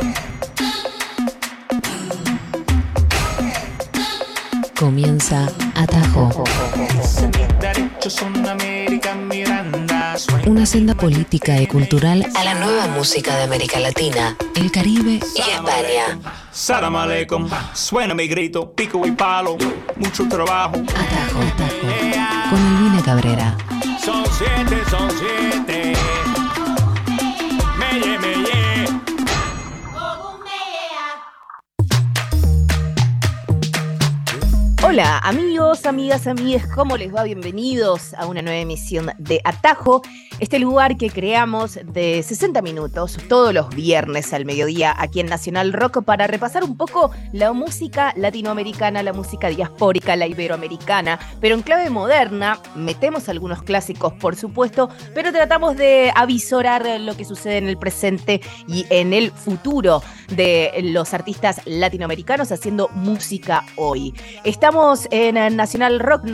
Comienza Atajo. Una senda política y cultural a la nueva música de América Latina, el Caribe y España. Salam aleikum, suena mi grito, pico y palo, mucho trabajo. Atajo, con Elvina Cabrera. Son siete. Meye. Hola amigos, amigas, amigues, ¿cómo les va? Bienvenidos a una nueva emisión de Atajo, este lugar que creamos de 60 minutos todos los viernes al mediodía aquí en Nacional Rock para repasar un poco la música latinoamericana, la música diaspórica, la iberoamericana, pero en clave moderna. Metemos algunos clásicos, por supuesto, pero tratamos de avisorar lo que sucede en el presente y en el futuro de los artistas latinoamericanos haciendo música hoy. Estamos en Nacional Rock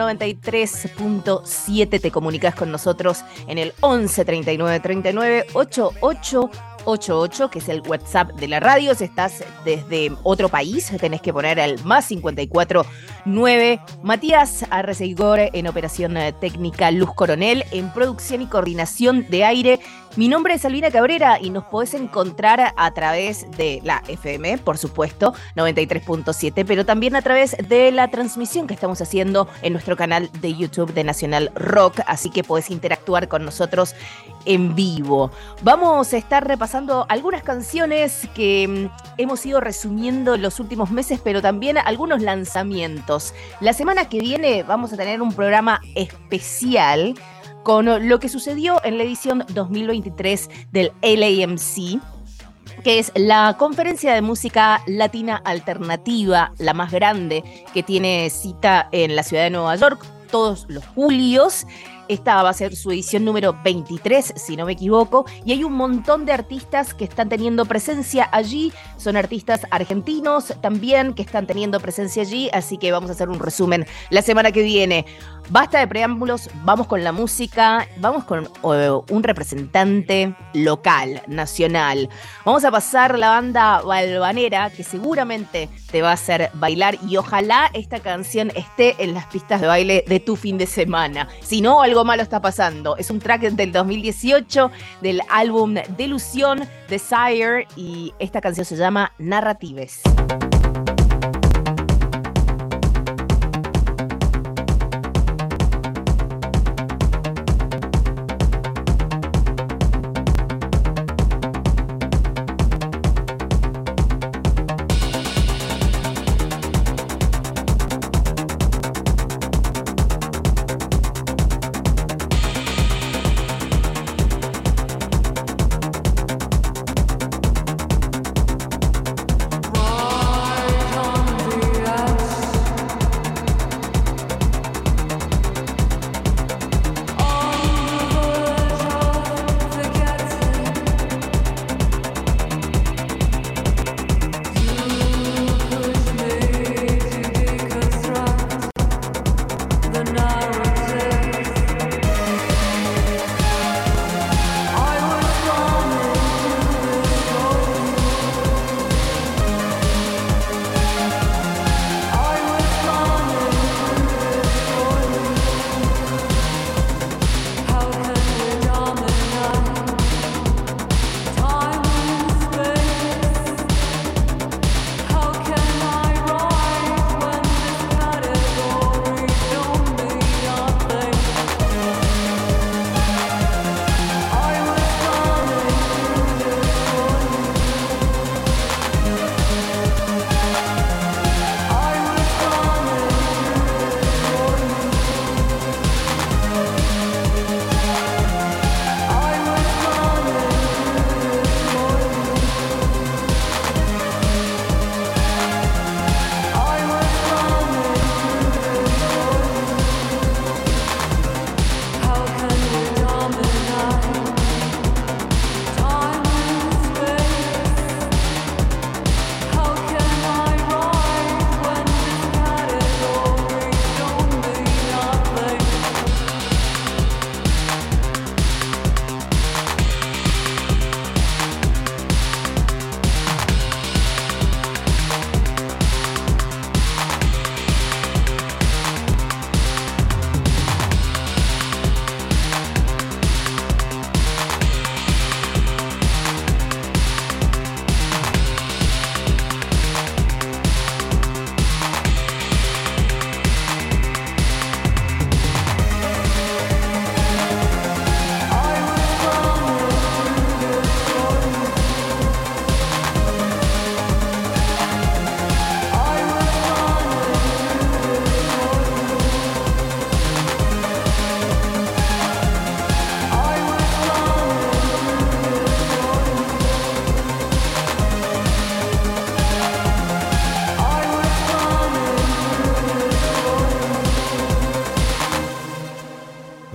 93.7. Te comunicas con nosotros en el 11 39 39 8888, que es el WhatsApp de la radio. Si estás desde otro país, tenés que poner el más 54 9. Matías Arreceigor en operación técnica, Luz Coronel en producción y coordinación de aire. Mi nombre es Elvina Cabrera y nos podés encontrar a través de la FM, por supuesto, 93.7, pero también a través de la transmisión que estamos haciendo en nuestro canal de YouTube de Nacional Rock, así que podés interactuar con nosotros en vivo. Vamos a estar repasando algunas canciones que hemos ido resumiendo en los últimos meses, pero también algunos lanzamientos. La semana que viene vamos a tener un programa especial con lo que sucedió en la edición 2023 del LAMC, que es la conferencia de música latina alternativa, la más grande, que tiene cita en la ciudad de Nueva York todos los julios. Esta va a ser su edición número 23, si no me equivoco, y hay un montón de artistas que están teniendo presencia allí. Son artistas argentinos también que están teniendo presencia allí, así que vamos a hacer un resumen la semana que viene. Basta de preámbulos, vamos con la música, vamos con un representante local, nacional. Vamos a pasar la banda Valvanera, que seguramente te va a hacer bailar, y ojalá esta canción esté en las pistas de baile de tu fin de semana. Si no, algo malo está pasando. Es un track del 2018 del álbum Delusión, Desire, y esta canción se llama Narratives. Roar.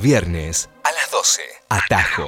Viernes a las 12. Atajo.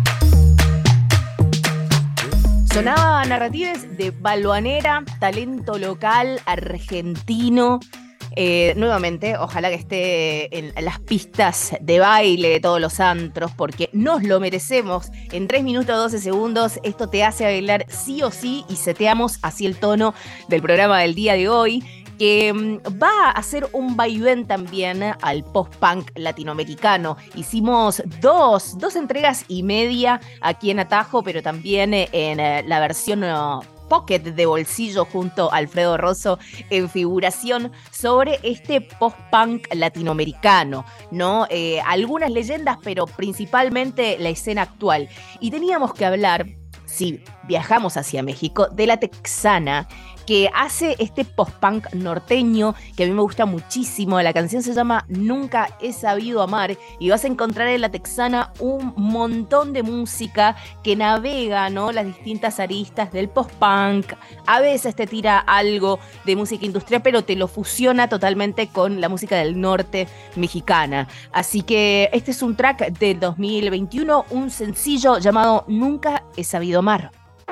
Sonaba Narratives de Balvanera, talento local argentino. Nuevamente, ojalá que esté en las pistas de baile de todos los antros, porque nos lo merecemos. En 3 minutos 12 segundos, esto te hace bailar sí o sí, y seteamos así el tono del programa del día de hoy, que va a hacer un vaivén también al post-punk latinoamericano. Hicimos dos entregas y media aquí en Atajo, pero también en la versión Pocket de bolsillo junto a Alfredo Rosso en figuración sobre este post-punk latinoamericano, ¿no? Algunas leyendas, pero principalmente la escena actual. Y teníamos que hablar, si viajamos hacia México, de la Texana, que hace este post-punk norteño que a mí me gusta muchísimo. La canción se llama Nunca he sabido amar, y vas a encontrar en la Texana un montón de música que navega, ¿no?, las distintas aristas del post-punk. A veces te tira algo de música industrial, pero te lo fusiona totalmente con la música del norte mexicana. Así que este es un track del 2021, un sencillo llamado Nunca he sabido amar.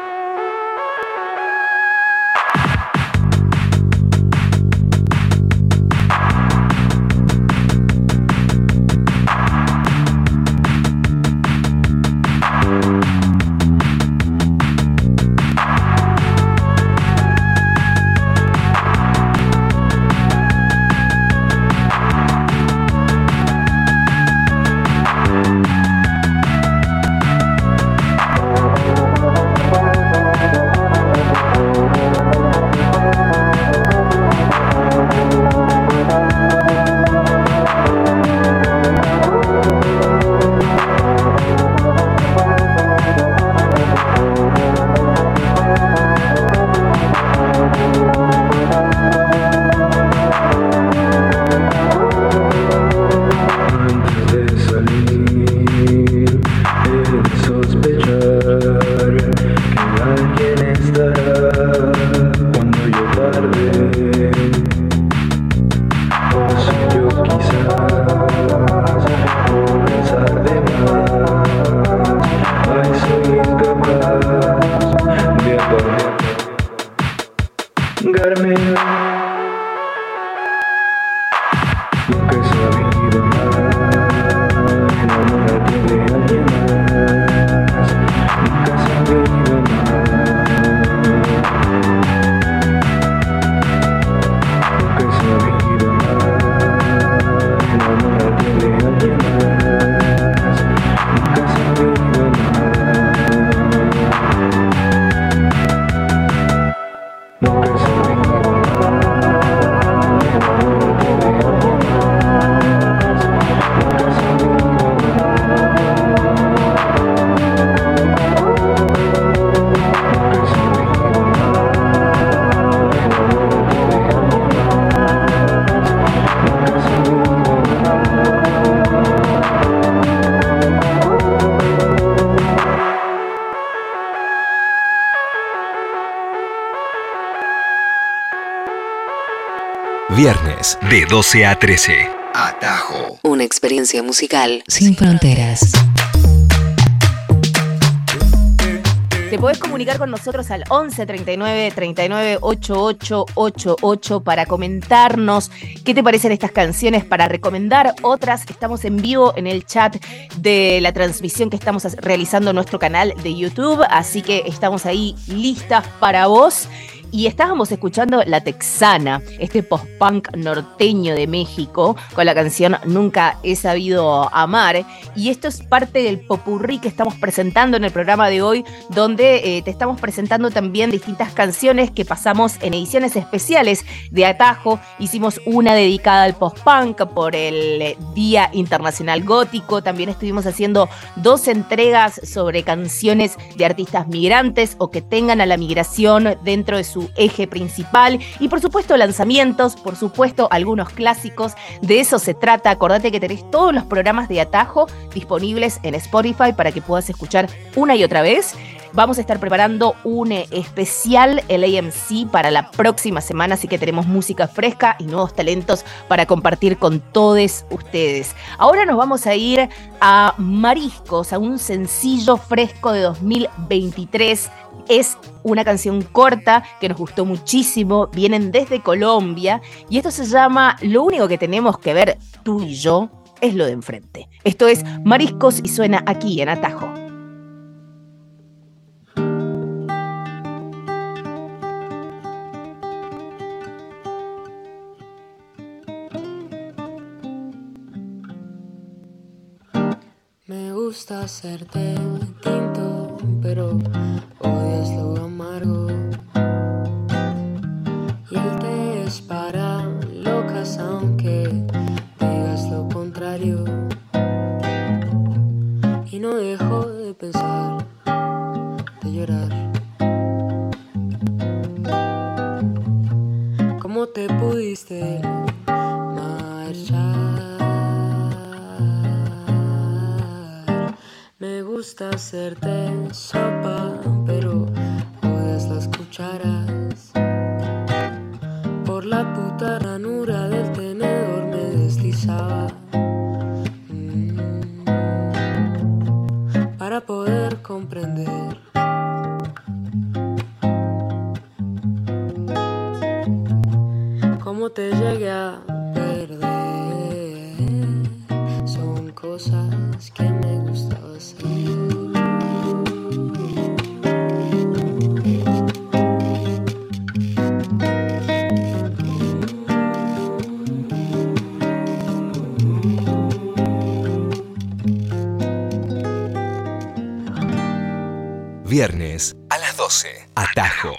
Viernes de 12 a 13. Atajo. Una experiencia musical sin fronteras. Te podés comunicar con nosotros al 11 39 39 88 88 para comentarnos qué te parecen estas canciones, para recomendar otras. Estamos en vivo en el chat de la transmisión que estamos realizando en nuestro canal de YouTube, así que estamos ahí listas para vos. Y estábamos escuchando La Texana, este post-punk norteño de México, con la canción Nunca he sabido amar. Y esto es parte del popurrí que estamos presentando en el programa de hoy, donde te estamos presentando también distintas canciones que pasamos en ediciones especiales de Atajo. Hicimos una dedicada al post-punk por el Día Internacional Gótico. También estuvimos haciendo 2 entregas sobre canciones de artistas migrantes o que tengan a la migración dentro de su su eje principal. Y por supuesto lanzamientos, por supuesto algunos clásicos. De eso se trata. Acordate que tenés todos los programas de Atajo disponibles en Spotify para que puedas escuchar una y otra vez. Vamos a estar preparando un especial, el AMC, para la próxima semana, así que tenemos música fresca y nuevos talentos para compartir con todos ustedes. Ahora nos vamos a ir a Mariscos, a un sencillo fresco de 2023. Es una canción corta que nos gustó muchísimo, vienen desde Colombia y esto se llama Lo único que tenemos que ver tú y yo es lo de enfrente. Esto es Mariscos y suena aquí en Atajo. Me gusta hacerte tinto, pero odias lo amargo. Y el té es para locas, aunque digas lo contrario. Y no dejo de pensar, de llorar. ¿Cómo te pudiste marchar? Me gusta hacerte sopa, pero odias las cucharas. Por la puta ranura del tenedor me deslizaba para poder comprender. Cómo te llegué a perder. Son cosas que me gustan hacer. Viernes a las 12. Atajo.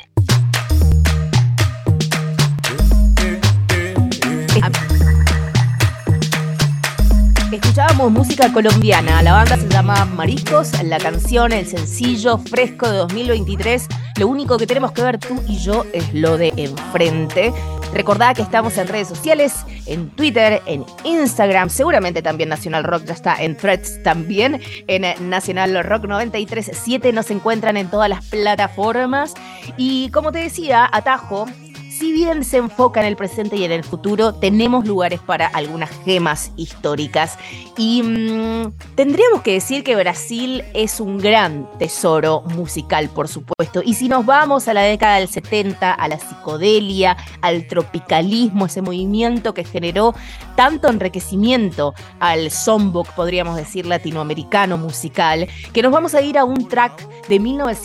Escuchábamos música colombiana, la banda se llama Mariscos, la canción, el sencillo fresco de 2023, lo único que tenemos que ver tú y yo es lo de enfrente. Recordá que estamos en redes sociales, en Twitter, en Instagram, seguramente también Nacional Rock ya está en Threads también, en Nacional Rock 93.7 nos encuentran en todas las plataformas y como te decía, Atajo, si bien se enfoca en el presente y en el futuro, tenemos lugares para algunas gemas históricas. Y tendríamos que decir que Brasil es un gran tesoro musical, por supuesto. Y si nos vamos a la década del 70, a la psicodelia, al tropicalismo, ese movimiento que generó tanto enriquecimiento al songbook, podríamos decir, latinoamericano musical, que nos vamos a ir a un track de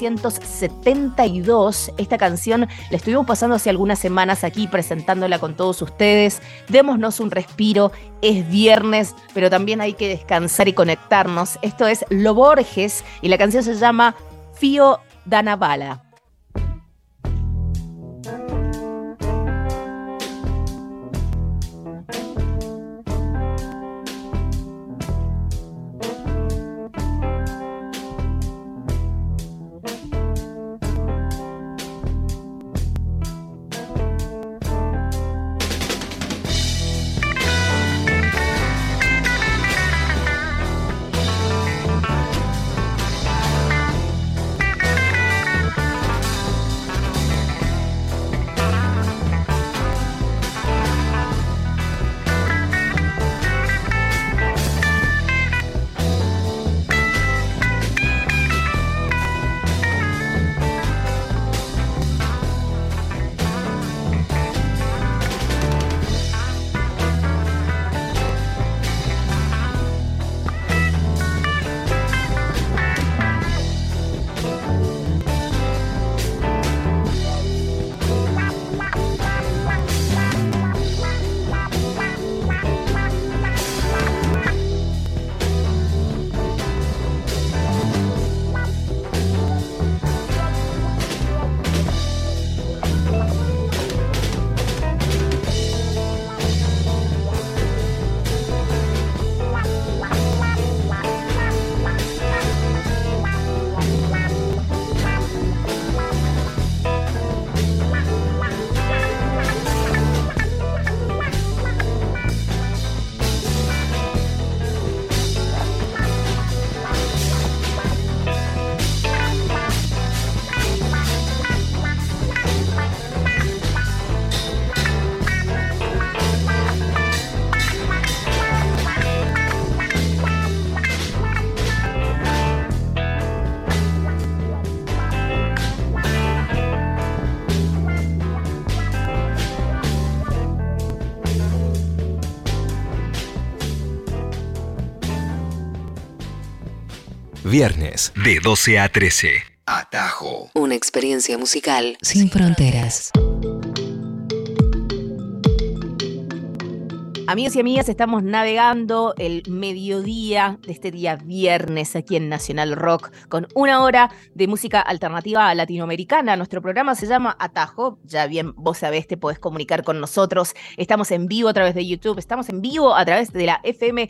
1972. Esta canción la estuvimos pasando hace algunas semanas aquí presentándola con todos ustedes. Démonos un respiro, es viernes, pero también hay que descansar y conectarnos. Esto es Lo Borges y la canción se llama Fio da Navala. viernes, de 12 a 13. Atajo. Una experiencia musical sin fronteras. Amigos y amigas, estamos navegando el mediodía de este día viernes aquí en Nacional Rock con una hora de música alternativa latinoamericana. Nuestro programa se llama Atajo. Ya bien vos sabés, te podés comunicar con nosotros. Estamos en vivo a través de YouTube, estamos en vivo a través de la FM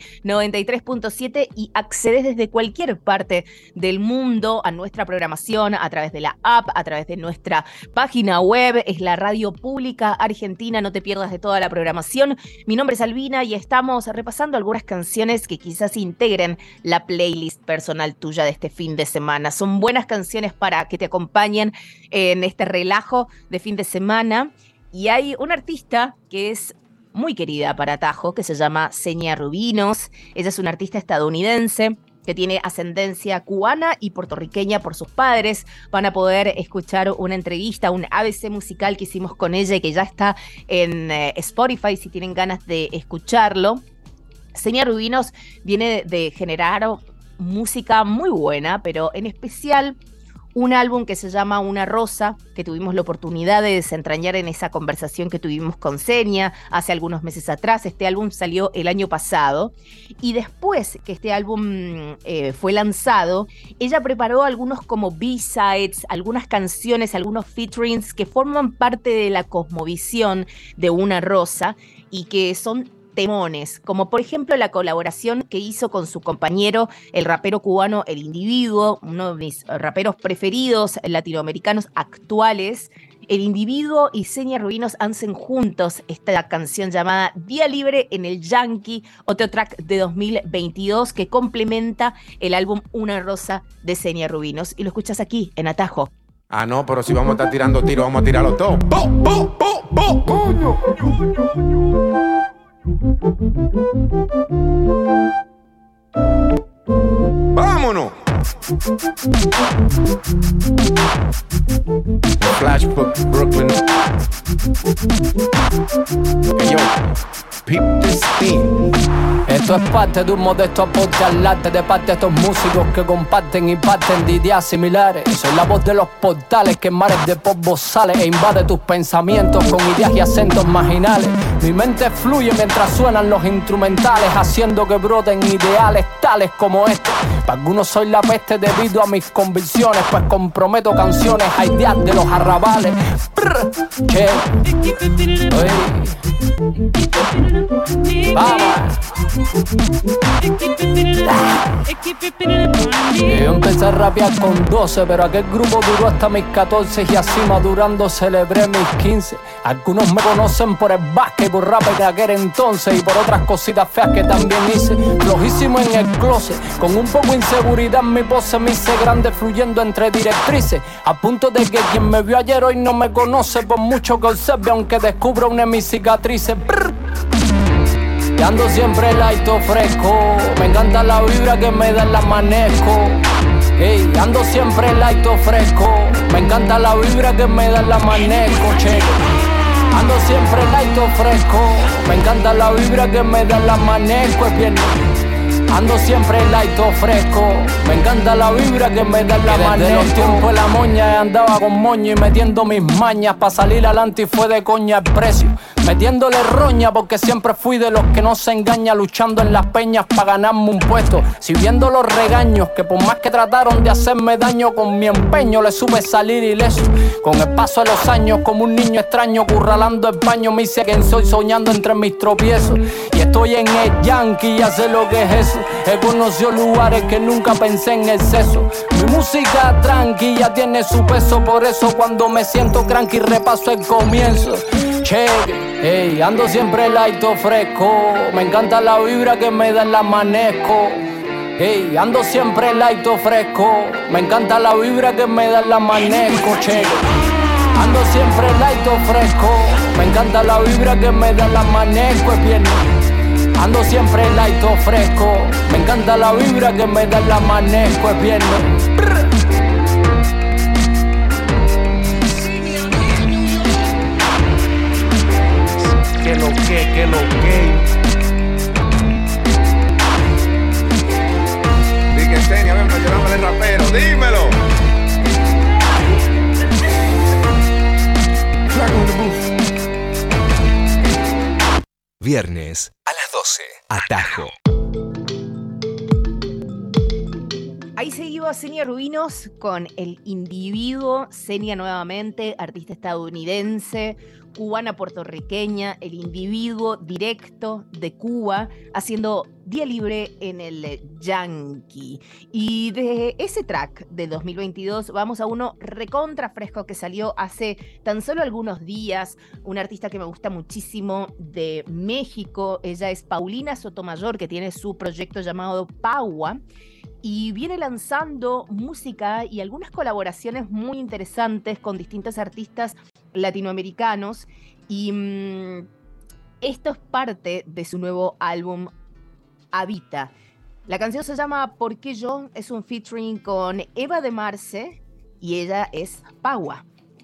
93.7 y accedes desde cualquier parte del mundo a nuestra programación a través de la app, a través de nuestra página web. Es la Radio Pública Argentina. No te pierdas de toda la programación. Mi nombre es Albina y estamos repasando algunas canciones que quizás integren la playlist personal tuya de este fin de semana. Son buenas canciones para que te acompañen en este relajo de fin de semana. Y hay una artista que es muy querida para Atajo, que se llama Senia Rubinos. Ella es una artista estadounidense que tiene ascendencia cubana y puertorriqueña por sus padres. Van a poder escuchar una entrevista, un ABC musical que hicimos con ella y que ya está en Spotify si tienen ganas de escucharlo. Senia Rubinos viene de generar música muy buena, pero en especial un álbum que se llama Una Rosa, que tuvimos la oportunidad de desentrañar en esa conversación que tuvimos con Senia hace algunos meses atrás. Este álbum salió el año pasado y después que este álbum fue lanzado, ella preparó algunos como B-sides, algunas canciones, algunos featurings que forman parte de la cosmovisión de Una Rosa y que son temones, como por ejemplo la colaboración que hizo con su compañero, el rapero cubano El Individuo, uno de mis raperos preferidos latinoamericanos actuales. El Individuo y Senia Rubinos hacen juntos esta canción llamada Día Libre en el Yankee, otro track de 2022 que complementa el álbum Una Rosa de Senia Rubinos. Y lo escuchas aquí en Atajo. Ah, no, pero si vamos a estar tirando tiros, vamos a tirarlos todos. ¡Po, po, po, po! ¡Coño! ¡Vámonos! Flashbook, Brooklyn. Hey, yo, peep this thing. Esto es parte de un modesto podcast latte de parte de estos músicos que comparten y parten de ideas similares. Soy la voz de los portales que en mares de pop sale e invade tus pensamientos con ideas y acentos marginales. Mi mente fluye mientras suenan los instrumentales, haciendo que broten ideales tales como este. Para algunos soy la peste debido a mis convicciones, pues comprometo canciones a ideas de los arrabales. Che, yo empecé a rapear con 12, pero aquel grupo duró hasta mis 14 y así madurando celebré mis 15. Algunos me conocen por el básquet, por rap de aquel entonces y por otras cositas feas que también hice. Flojísimo en el closet, con un poco de inseguridad mi pose me hice grande fluyendo entre directrices. A punto de que quien me vio ayer hoy no me conoce por mucho que observe, aunque descubra una de mis cicatrices. Y ando siempre light o fresco, me encanta la vibra que me da el amanezco. Hey, ando siempre light o fresco, me encanta la vibra que me da el amanezco, che. Ando siempre light o fresco, me encanta la vibra que me da el amanezco, es viernes. Ando siempre light o fresco, me encanta la vibra que me da el amanezco. Desde los tiempos de la moña andaba con moño y metiendo mis mañas pa' salir adelante y fue de coña el precio. Metiéndole roña porque siempre fui de los que no se engaña, luchando en las peñas pa' ganarme un puesto. Si viendo los regaños que por más que trataron de hacerme daño, con mi empeño le supe salir ileso. Con el paso de los años como un niño extraño curralando el baño me hice quien soy soñando entre mis tropiezos. Y estoy en el Yankee, ya sé lo que es eso. He conocido lugares que nunca pensé en exceso. Mi música tranquila tiene su peso, por eso cuando me siento cranky repaso el comienzo. Cheque, hey, ando siempre light o fresco, me encanta la vibra que me da el amanezco. Hey, ando siempre light o fresco, me encanta la vibra que me da el amanezco. Cheque, ando siempre light o fresco, me encanta la vibra que me da el amanezco. Es viernes. Ando siempre light o fresco, me encanta la vibra que me da el amanezco. Es viernes. Que lo que. Dije, Senia, ven para llevarme el Viernes a las 12. Atajo. Ahí seguido a Senia Rubinos con El Individuo. Senia nuevamente, artista estadounidense, cubana puertorriqueña, El Individuo, directo de Cuba, haciendo Día Libre en el Yankee. Y de ese track del 2022 vamos a uno recontra fresco que salió hace tan solo algunos días. Una artista que me gusta muchísimo de México. Ella es Paulina Sotomayor, que tiene su proyecto llamado Paua. Y viene lanzando música y algunas colaboraciones muy interesantes con distintos artistas latinoamericanos. Y esto es parte de su nuevo álbum Habita. La canción se llama ¿Por qué yo? Es un featuring con Eva de Marce y ella es Paua.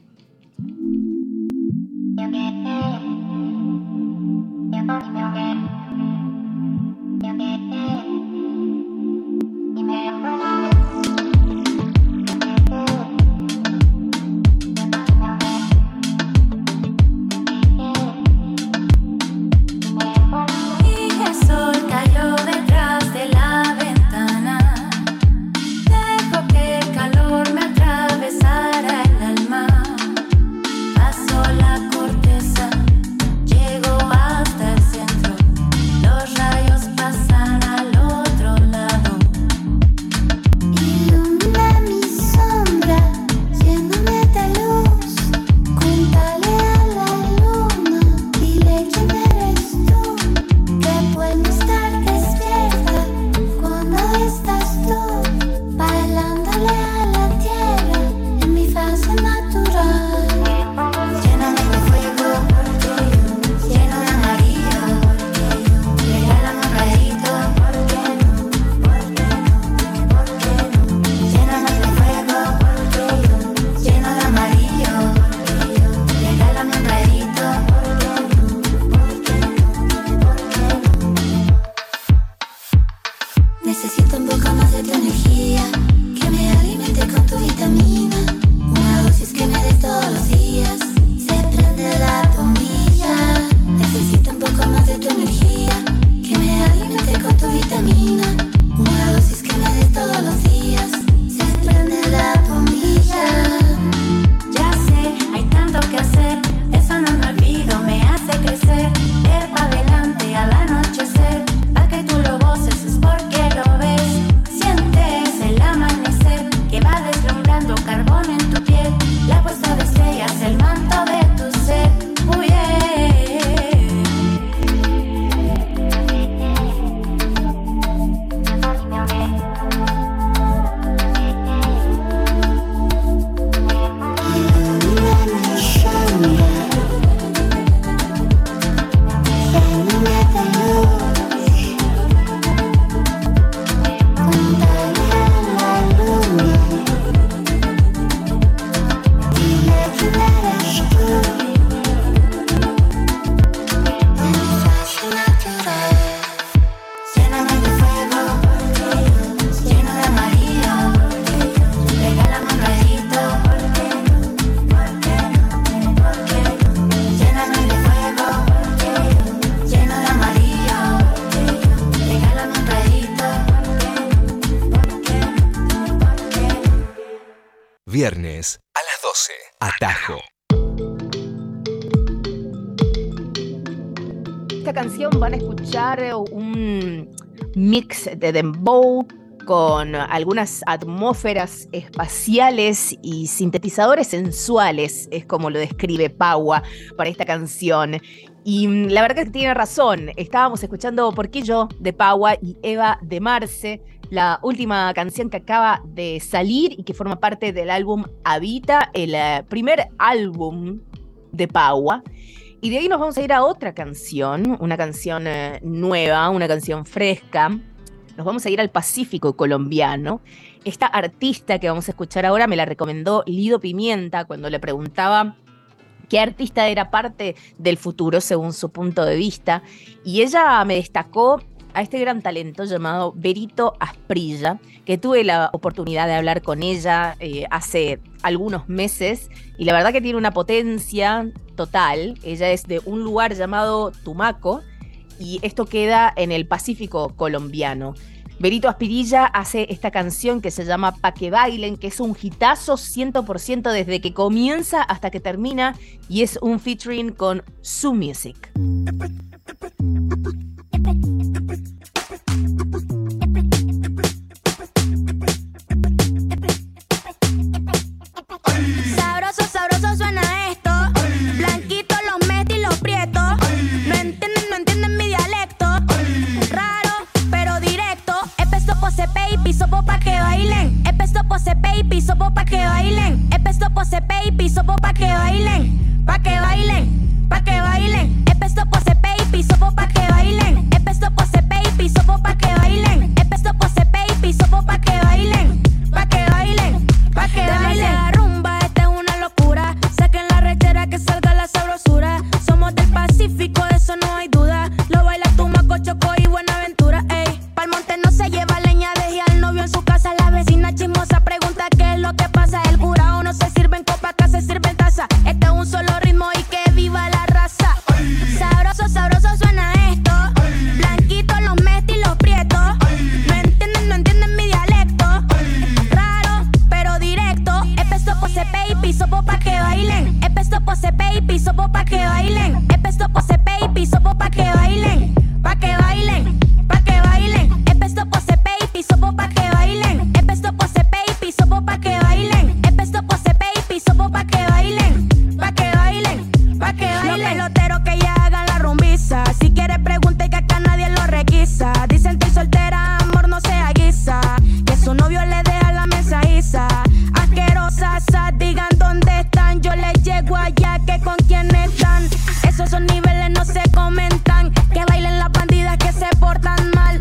Viernes a las 12. Atajo. Esta canción van a escuchar un mix de dembow con algunas atmósferas espaciales y sintetizadores sensuales, es como lo describe Paua para esta canción. Y la verdad es que tiene razón. Estábamos escuchando ¿Por qué yo? De Paua y Eva de Marce, la última canción que acaba de salir y que forma parte del álbum Habita, el primer álbum de Paua. Y de ahí nos vamos a ir a otra canción, una canción nueva, una canción fresca. Nos vamos a ir al Pacífico colombiano. Esta artista que vamos a escuchar ahora me la recomendó Lido Pimienta cuando le preguntaba qué artista era parte del futuro según su punto de vista. Y ella me destacó a este gran talento llamado Berito Asprilla, que tuve la oportunidad de hablar con ella hace algunos meses, y la verdad que tiene una potencia total. Ella es de un lugar llamado Tumaco, y esto queda en el Pacífico colombiano. Berito Aspirilla hace esta canción que se llama Pa' que bailen, que es un hitazo 100% desde que comienza hasta que termina, y es un featuring con Su Music. Sabroso, sabroso suena esto. Blanquito los metis y los prietos. No entienden mi dialecto. Raro, pero directo. Epesto pose baby, sopo pa' que bailen. Epesto pose baby, sopo pa' que bailen. Epesto pose baby, sopo pa' que bailen. Pa' que bailen, pa' que bailen. Epesto pose baby, sopo pa' que bailen. Epesto pose baby, sopo pa' que bailen. Epesto pose baby, sopo pa' que bailen. Pa' que bailen, pa' que bailen. Que salga la sabrosura. Somos del Pacífico, de eso no hay duda. Lo baila tu Maco, Choco y Buenaventura. Ey, pa'l monte no se lleva leña, dejé al novio en su casa. La vecina chismosa pregunta qué es lo que pasa. El curao no se sirve en copa, acá se sirve en taza. Este es un solo ritmo y que viva la raza. Sabroso, sabroso suena esto. Blanquito los metis y los prietos. No entienden mi dialecto. Raro, pero directo. Epesto pose baby, sopo pa' que bailen. Epesto pose baby, sopo pa' que bailen. Epesto pose baby, sopo pa' que bailen. Pa' que bailen, pa' que bailen. Epesto pose baby, sopo pa' que bailen. Epesto pose baby, sopo pa' que bailen. Epesto pose baby, sopo pa' que bailen. Pa' que bailen, pa' que bailen. Los peloteros que ya hagan la rumbiza. Si quieres pregunta y que acá nadie lo requisa. Dicen estoy soltera, amor no se aguisa. Que su novio le deja la mensajiza. Asquerosas, digan dónde están. Yo les llego allá, que con quién están. Esos son niveles, no se comentan. Que bailen las bandidas que se portan mal.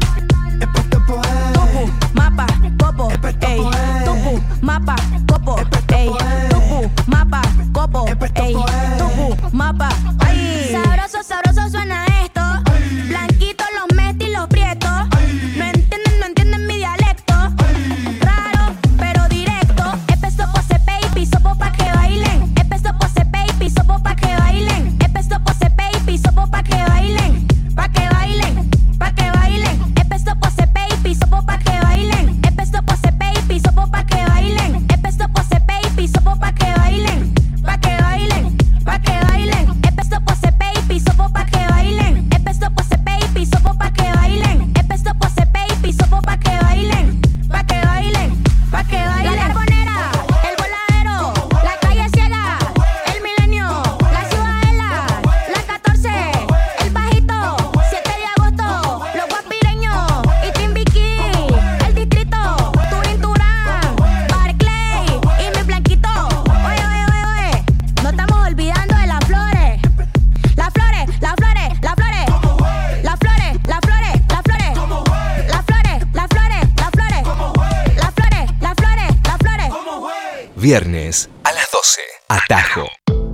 Tupu, mapa, copo, ey. Tupu, mapa, copo, ey. Tupu, mapa, copo, ey. Tupu, mapa, ay. Sabroso, sabroso suena esto. Blanquito los metis y los prietos. No entienden mi dialecto. Raro, pero directo. Epesto pose baby, sopo pa' que bailen. Epesto pose baby, sopo pa' que bailen. Epesto pose baby, sopo pa' que bailen. Pa' que bailen, pa' que bailen. Epesto pose baby, sopo pa' que bailen. Epesto pose baby, sopo pa' que bailen. Epesto pose baby, sopo pa' que bailen. Pa' que bailen, pa' que bailen. Epesto pose baby, sopo pa' que bailen. Epesto pose baby, sopo pa' que bailen. Epesto pose baby, sopo pa' que bailen. Pa' que bailen, pa' que bailen. La Carbonera, el Voladero, la Calle Ciega, el Milenio, la Ciudadela, la 14, el Bajito, 7 de agosto, los Guapireños y Timbiquí, el Distrito, Turín, Turán, Barclay y mi Blanquito. Oye, no estamos olvidando de las flores. Las flores, las flores, las flores. Las flores, las flores, las flores. Las flores, las flores, las flores. Las flores, las flores, las flores. Viernes a las 12. Atajo.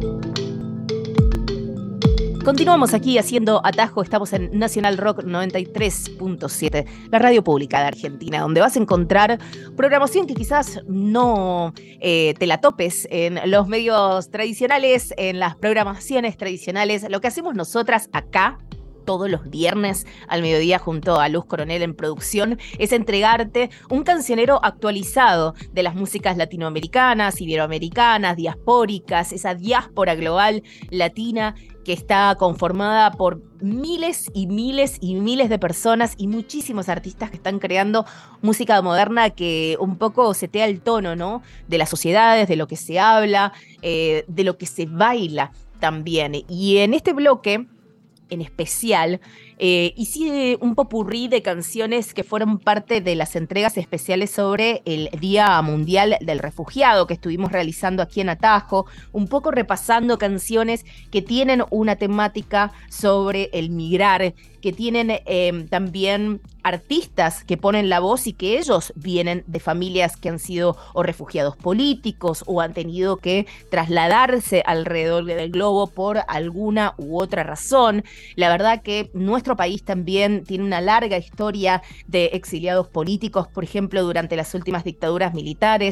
Continuamos aquí haciendo Atajo, estamos en Nacional Rock 93.7, la radio pública de Argentina, donde vas a encontrar programación que quizás no te la topes en los medios tradicionales, en las programaciones tradicionales. Lo que hacemos nosotras acá todos los viernes al mediodía junto a Luz Coronel en producción es entregarte un cancionero actualizado de las músicas latinoamericanas, iberoamericanas, diaspóricas, esa diáspora global latina que está conformada por miles y miles y miles de personas y muchísimos artistas que están creando música moderna que un poco setea el tono, ¿no? De las sociedades, de lo que se habla, de lo que se baila también. Y en este bloque en especial, hice un popurrí de canciones que fueron parte de las entregas especiales sobre el Día Mundial del Refugiado que estuvimos realizando aquí en Atajo, un poco repasando canciones que tienen una temática sobre el migrar, que tienen también artistas que ponen la voz y que ellos vienen de familias que han sido o refugiados políticos o han tenido que trasladarse alrededor del globo por alguna u otra razón. La verdad que nuestro país también tiene una larga historia de exiliados políticos, por ejemplo, durante las últimas dictaduras militares.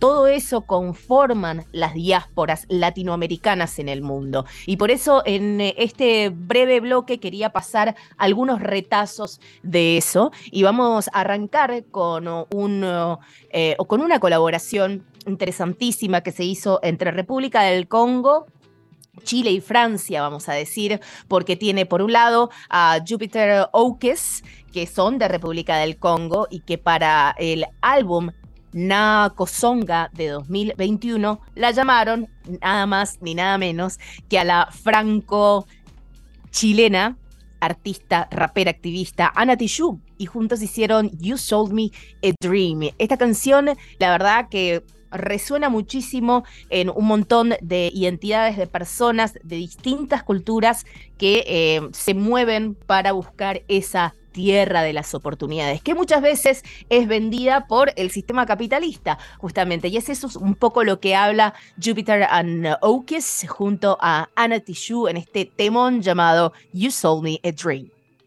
todo eso conforman las diásporas latinoamericanas en el mundo. Y por eso en este breve bloque quería pasar algunos retazos de eso. Y vamos a arrancar con una colaboración interesantísima que se hizo entre República del Congo, Chile y Francia, vamos a decir, porque tiene por un lado a Jupiter Oakes, que son de República del Congo y que para el álbum Nakosonga de 2021 la llamaron nada más ni nada menos que a la franco-chilena, artista, rapera, activista, Anna Tijoux, y juntos hicieron You Sold Me a Dream. Esta canción, la verdad que resuena muchísimo en un montón de identidades de personas de distintas culturas que se mueven para buscar esa tierra de las oportunidades, que muchas veces es vendida por el sistema capitalista, justamente, y es eso un poco lo que habla Jupiter and Oakes junto a Anna Tijoux en este temón llamado You Sold Me a Dream.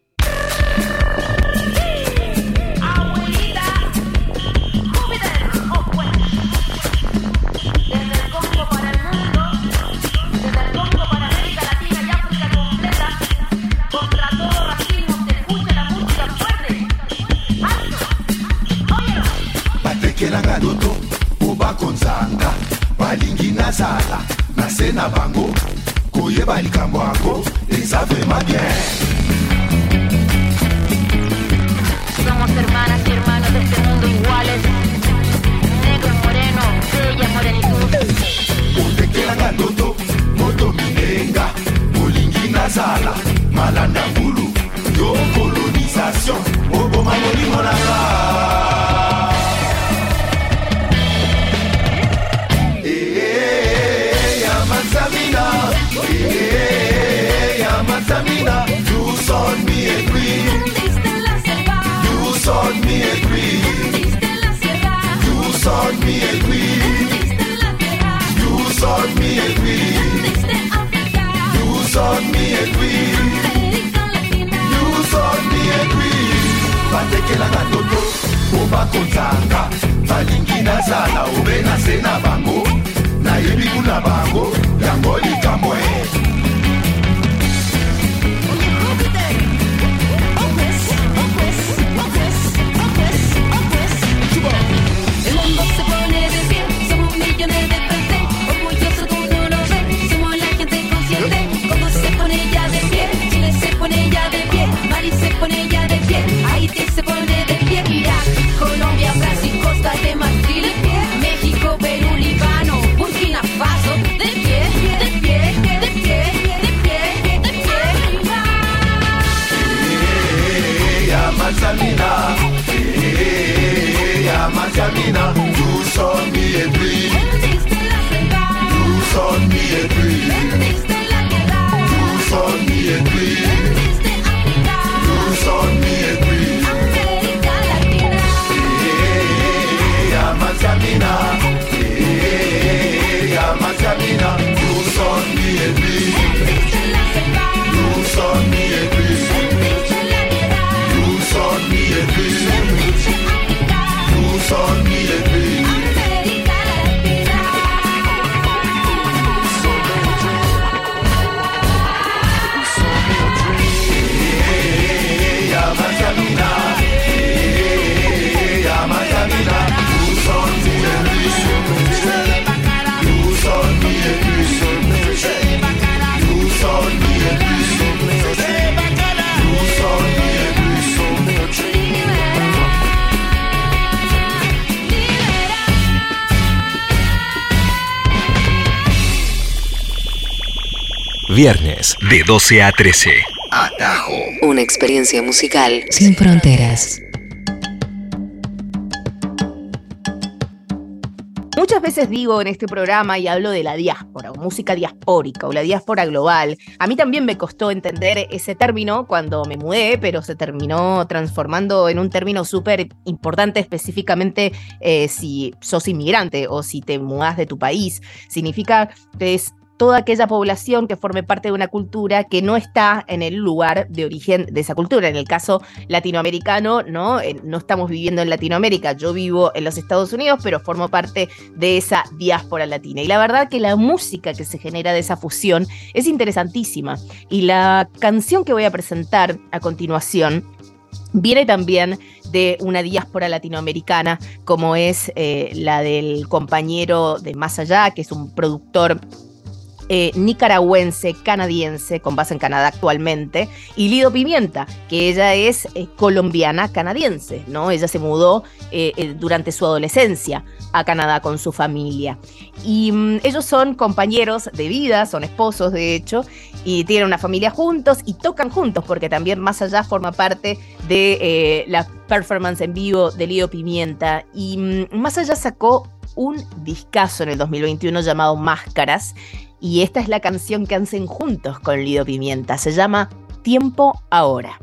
Kelangaloto ubakonzanga balingi nazala nasena bango koyeba likambo ako ezavema bien. Somos hermanas y hermanos de este mundo iguales, negro, moreno, bella morenitud. Utekelangaloto moto minenga bolingi nazala malanda bulu yo colonisation oboma molimo nanga. Samina, you sold me a dream. You sold me a dream. You sold me a dream. You sold me a dream. You sold me a dream. You sold me a dream. Batekela gatoto, oba konzanga, balingi nazala, obe nasena bango, na yebi kuna bango, yango likamwe. Se pone de pie, Irak, Colombia, Brasil, Costa de Marfil, México, Perú, Líbano, Burkina Faso, de pie, de pie, de pie, de pie, de pie. Amazamina, Amazamina, you sold me a dream. You sold me a dream. You sold me a dream. You sold me a dream. Amazamina, Amazamina, you sold me a dream. You sold me a dream. You sold me a dream. You sold me a dream. Amazamina, Amazamina, you sold me a dream. You sold me a dream. You sold me a dream. You sold me a dream. Viernes de 12 a 13. Atajo. Una experiencia musical sin fronteras. Muchas veces digo en este programa y hablo de la diáspora, o música diaspórica, o la diáspora global. A mí también me costó entender ese término cuando me mudé, pero se terminó transformando en un término súper importante, específicamente si sos inmigrante o si te mudás de tu país. Significa que es toda aquella población que forme parte de una cultura que no está en el lugar de origen de esa cultura. En el caso latinoamericano, no estamos viviendo en Latinoamérica, yo vivo en los Estados Unidos, pero formo parte de esa diáspora latina. Y la verdad que la música que se genera de esa fusión es interesantísima. Y la canción que voy a presentar a continuación viene también de una diáspora latinoamericana, como es la del compañero de Más Allá, que es un productor nicaragüense, canadiense, con base en Canadá actualmente, y Lido Pimienta, que ella es colombiana canadiense, ¿no? Ella se mudó durante su adolescencia a Canadá con su familia. Y ellos son compañeros de vida, son esposos de hecho, y tienen una familia juntos y tocan juntos, porque también Más Allá forma parte de la performance en vivo de Lido Pimienta. Y Más Allá sacó un discazo en el 2021 llamado Máscaras, y esta es la canción que hacen juntos con Lido Pimienta. Se llama Tiempo Ahora.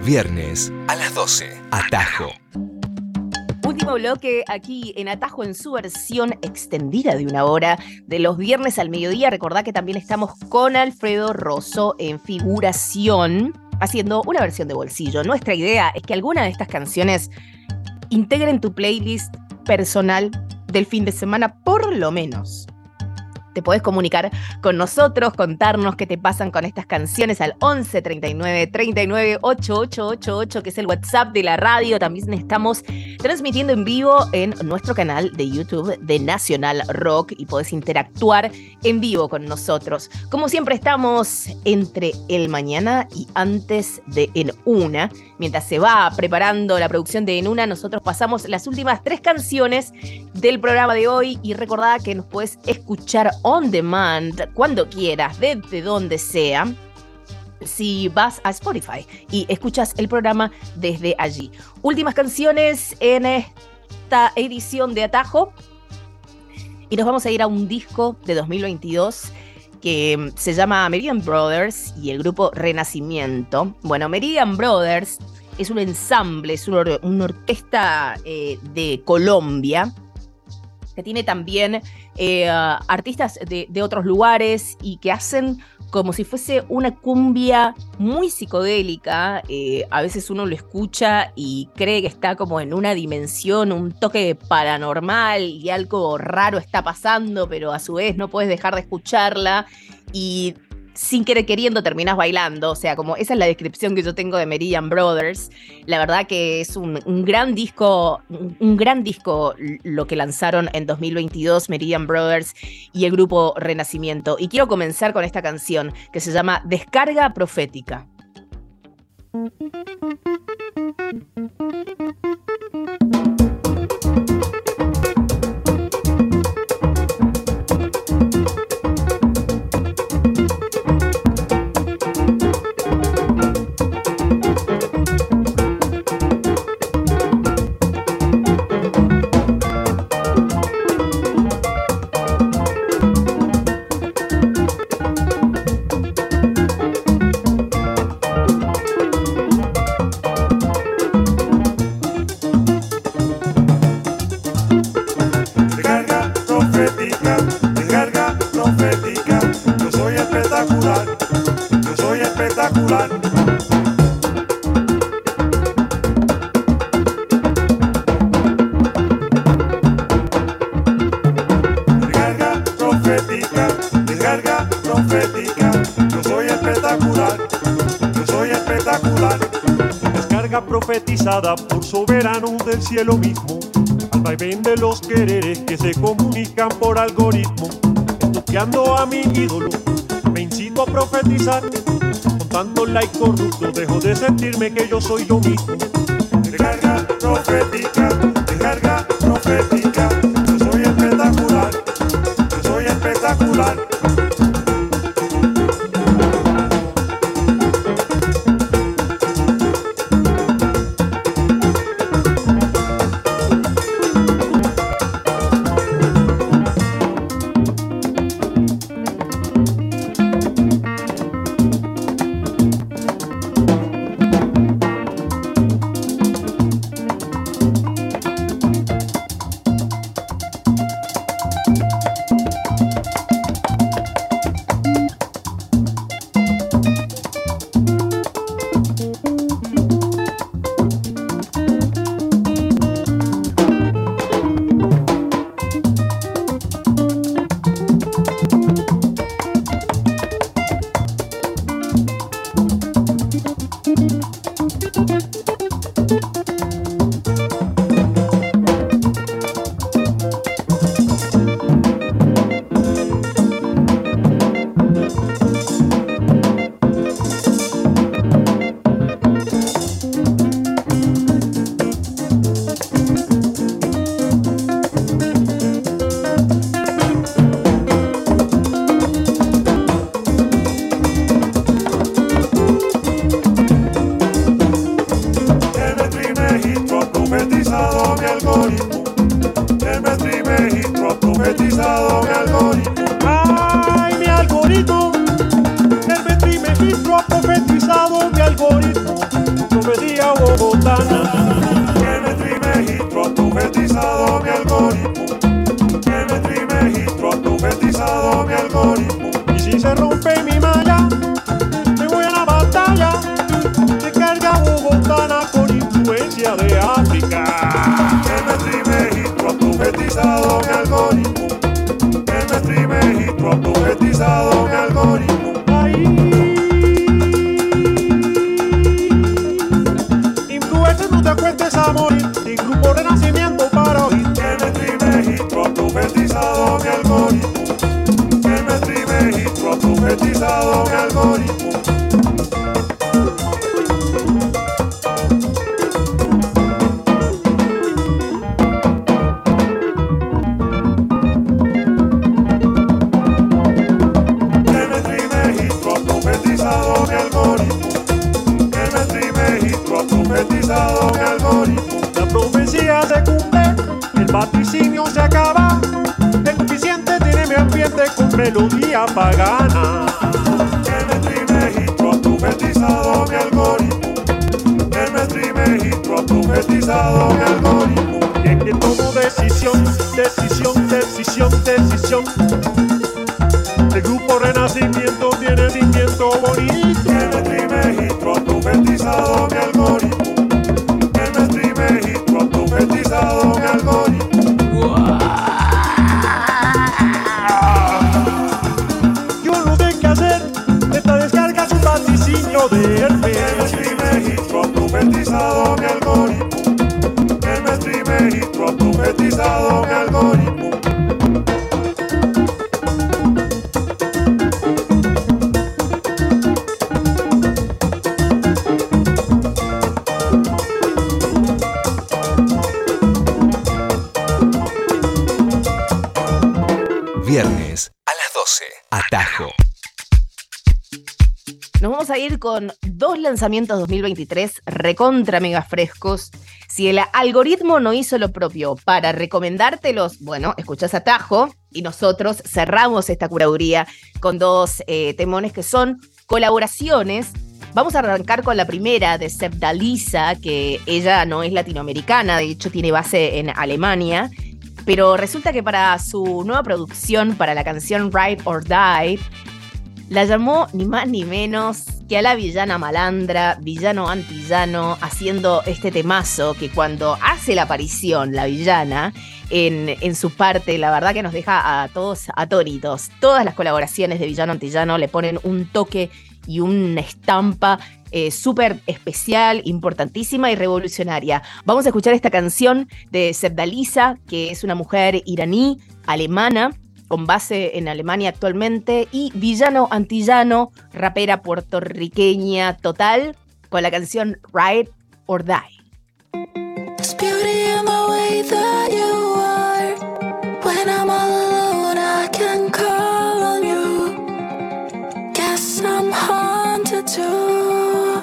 Viernes a las 12. Atajo. Último bloque aquí en Atajo en su versión extendida de 1 hora de los viernes al mediodía. Recordá que también estamos con Alfredo Rosso en figuración haciendo una versión de bolsillo. Nuestra idea es que alguna de estas canciones integren tu playlist personal del fin de semana, por lo menos. Te podés comunicar con nosotros, contarnos qué te pasan con estas canciones al 11 39 39 8888, que es el WhatsApp de la radio. También estamos transmitiendo en vivo en nuestro canal de YouTube de Nacional Rock y podés interactuar en vivo con nosotros. Como siempre estamos entre el mañana y antes de En Una. Mientras se va preparando la producción de En Una, nosotros pasamos las últimas 3 canciones del programa de hoy y recordá que nos podés escuchar on demand cuando quieras, desde donde sea, si vas a Spotify y escuchas el programa desde allí. Últimas canciones en esta edición de Atajo y nos vamos a ir a un disco de 2022 que se llama Meridian Brothers y el grupo Renacimiento. Bueno, Meridian Brothers es un ensamble, es una orquesta de Colombia que tiene también artistas de otros lugares y que hacen como si fuese una cumbia muy psicodélica. A veces uno lo escucha y cree que está como en una dimensión, un toque paranormal y algo raro está pasando, pero a su vez no puedes dejar de escucharla y sin querer queriendo terminás bailando. O sea, como esa es la descripción que yo tengo de Meridian Brothers. La verdad que es un gran disco lo que lanzaron en 2022 Meridian Brothers y el grupo Renacimiento. Y quiero comenzar con esta canción que se llama Descarga Profética. Por soberano del cielo mismo, al vaivén de los quereres que se comunican por algoritmo, estoqueando a mi ídolo, me incito a profetizar. Con tanto like corrupto dejo de sentirme que yo soy yo mismo. Descarga profética, descarga profética. Yo soy espectacular, yo soy espectacular. autofetizado mi algoritmo. Que me trime registro autofetizado mi algoritmo. Y si se rompe mi malla, me voy a la batalla. Se carga bogotana con influencia de África. Que me trime registro autofetizado mi algoritmo. Que me trime registro autofetizado mi algoritmo. No te acuestes a morir, sin grupo renacimiento para oír. Que me trime registro autofetizado mi algoritmo. Que me trime registro autofetizado mi algoritmo. Que me trime registro autofetizado mi algoritmo. Que me trime registro autofetizado mi algoritmo. La profecía se cumple, el vaticinio se acaba. El coeficiente tiene mi ambiente con melodía pagana. Que me trime registro autofetizado mi algoritmo. Que me trime registro autofetizado mi algoritmo. Y es que tomo decisión, decisión, decisión, decisión. El grupo Renacimiento tiene cimiento bonito. Que me trime registro autofetizado mi algoritmo. Que me trime registro autofetizado mi algoritmo. Yo no sé qué hacer. Esta descarga es un vaticinio de herpes. Que me trime registro autofetizado mi algoritmo. Que me trime registro autofetizado mi algoritmo. Viernes a las 12. Atajo. Nos vamos a ir con 2 lanzamientos 2023 recontra mega frescos. Si el algoritmo no hizo lo propio para recomendártelos, bueno, escuchás Atajo y nosotros cerramos esta curaduría con 2 temones que son colaboraciones. Vamos a arrancar con la primera de Sebdalisa, que ella no es latinoamericana, de hecho tiene base en Alemania. Pero resulta que para su nueva producción, para la canción Ride or Die, la llamó ni más ni menos que a la villana malandra, villano antillano, haciendo este temazo que cuando hace la aparición la villana en su parte, la verdad que nos deja a todos atónitos. Todas las colaboraciones de villano antillano le ponen un toque y una estampa súper especial, importantísima y revolucionaria. Vamos a escuchar esta canción de Sebdalisa, que es una mujer iraní, alemana, con base en Alemania actualmente, y villano antillano, rapera puertorriqueña total, con la canción Ride or Die. There's beauty in the way that you are. When I'm all alone, I can call on you. Guess I'm haunted too.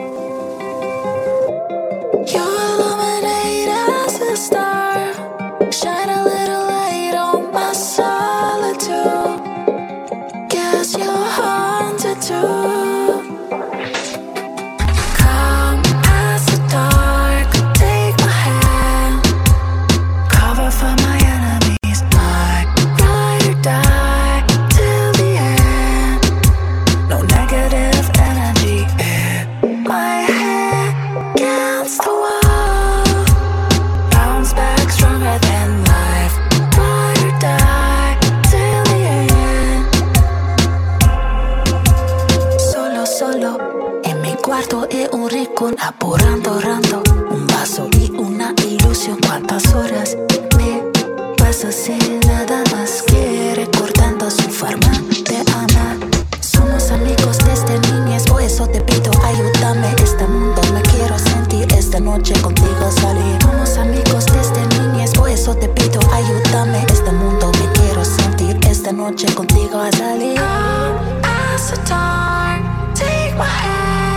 You illuminate as a star. Shine a little light on my solitude. Guess you're haunted too. E un rincón apurando, orando. Un vaso y una ilusión. ¿Cuántas horas me paso sin nada más que recordando su forma de amar? Somos amigos desde niñez, por eso te pido ayúdame. Este mundo me quiero sentir, esta noche contigo salir. Somos amigos desde niñez, por eso te pido ayúdame. Este mundo me quiero sentir, esta noche contigo a salir. Come as a dark, take my hand.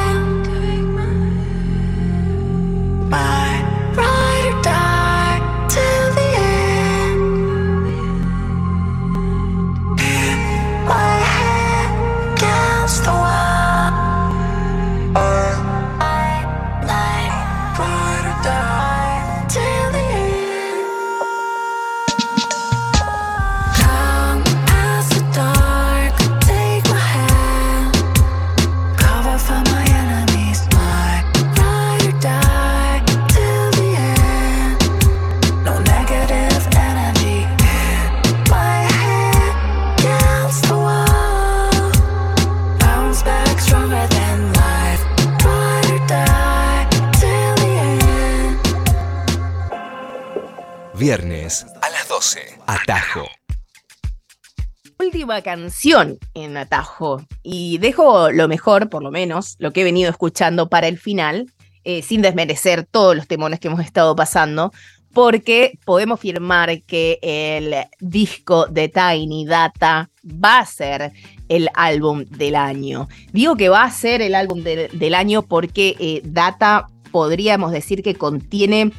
My ride or die till the end. My head against the wall. Ride or die till the end. viernes a las 12. Atajo. Última canción en Atajo. Y dejo lo mejor, por lo menos, lo que he venido escuchando para el final, sin desmerecer todos los temones que hemos estado pasando, porque podemos afirmar que el disco de Tiny Data va a ser el álbum del año. Digo que va a ser el álbum del año porque Data podríamos decir que contiene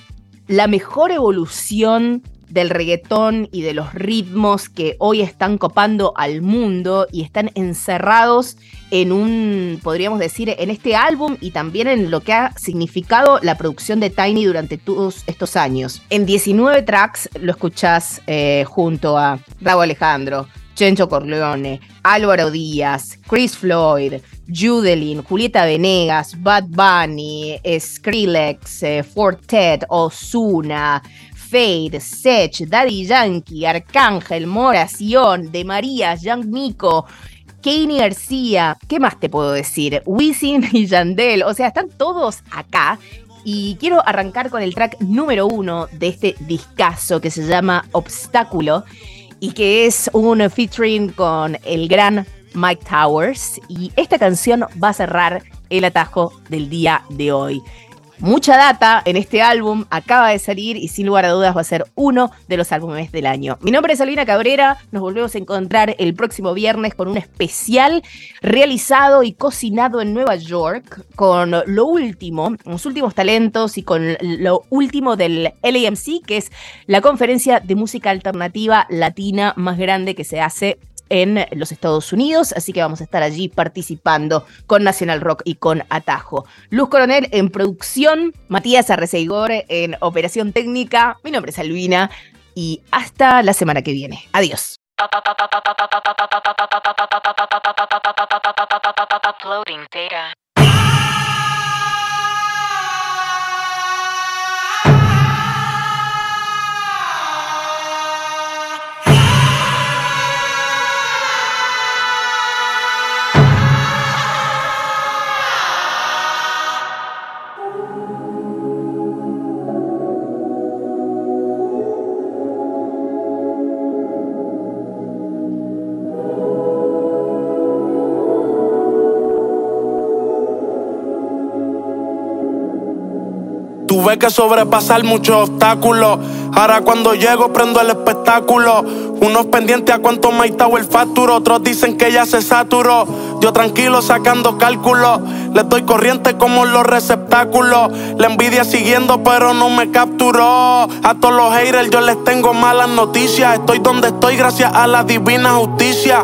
la mejor evolución del reggaetón y de los ritmos que hoy están copando al mundo y están encerrados en podríamos decir, en este álbum y también en lo que ha significado la producción de Tiny durante todos estos años. En 19 tracks lo escuchás junto a Rauw Alejandro, Chencho Corleone, Álvaro Díaz, Chris Floyd, Judelin, Julieta Venegas, Bad Bunny, Skrillex, Fortet, Ozuna, Fade, Sech, Daddy Yankee, Arcángel, Mora, Sion, De María, Young Nico, Kenny García, ¿qué más te puedo decir? Wisin y Yandel, o sea, están todos acá. Y quiero arrancar con el track número 1 de este discazo que se llama Obstáculo y que es un featuring con el gran Mike Towers. Y esta canción va a cerrar el atajo del día de hoy. Mucha data en este álbum, acaba de salir y sin lugar a dudas va a ser uno de los álbumes del año. Mi nombre es Albina Cabrera, nos volvemos a encontrar el próximo viernes con un especial realizado y cocinado en Nueva York con lo último, los últimos talentos y con lo último del LAMC, que es la conferencia de música alternativa latina más grande que se hace en los Estados Unidos, así que vamos a estar allí participando con Nacional Rock y con Atajo. Luz Coronel en producción, Matías Arreceigor en operación técnica, mi nombre es Albina y hasta la semana que viene. Adiós. Uploading data. Tuve que sobrepasar muchos obstáculos. Ahora cuando llego prendo el espectáculo. Unos pendientes a cuánto Mike Tower facturó. Otros dicen que ya se saturó. Yo tranquilo sacando cálculos. Les doy corriente como los receptáculos. La envidia siguiendo pero no me capturó. A todos los haters yo les tengo malas noticias. Estoy donde estoy gracias a la divina justicia.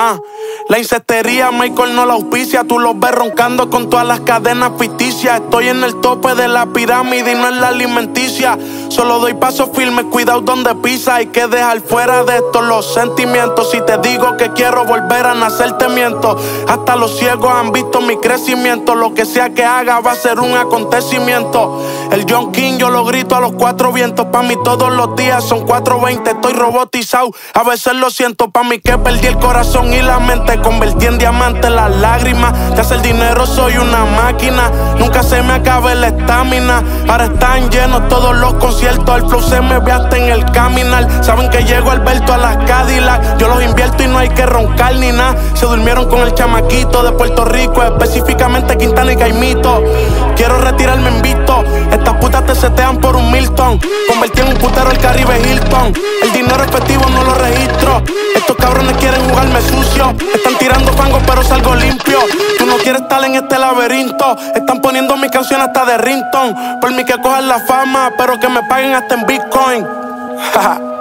La insectería Michael no la auspicia. Tú los ves roncando con todas las cadenas ficticias. Estoy en el tope de la pirámide y no en la alimenticia. Solo doy pasos firmes, cuidado donde pisa. Hay que dejar fuera de esto los sentimientos. Si te digo que quiero volver a nacer te miento. Hasta los ciegos han visto mi crecimiento. Lo que sea que haga va a ser un acontecimiento. El John King yo lo grito a los 4 vientos. Pa' mí todos los días son 4:20. Estoy robotizado, a veces lo siento. Pa' mí que perdí el corazón y la mente. Convertí en diamante las lágrimas. De hacer dinero soy una máquina. Nunca se me acaba la estamina. Ahora están llenos todos los conciertos. El flow se me ve hasta en el caminar. Saben que llego Alberto a las Cadillac. Yo los invierto y no hay que roncar ni nada. Se durmieron con el chamaquito de Puerto Rico, específicamente Quintana y Caimito. Quiero retirarme en visto. Estas putas te setean por un Milton. Convertí en un putero el Caribe Hilton. El dinero efectivo no lo registro. Estos cabrones quieren jugarme sucio. Están tirando fango pero salgo limpio. Tú no quieres estar en este laberinto. Están poniendo mi canción hasta de ringtone. Por mí que cojan la fama, pero que me paguen hasta en Bitcoin.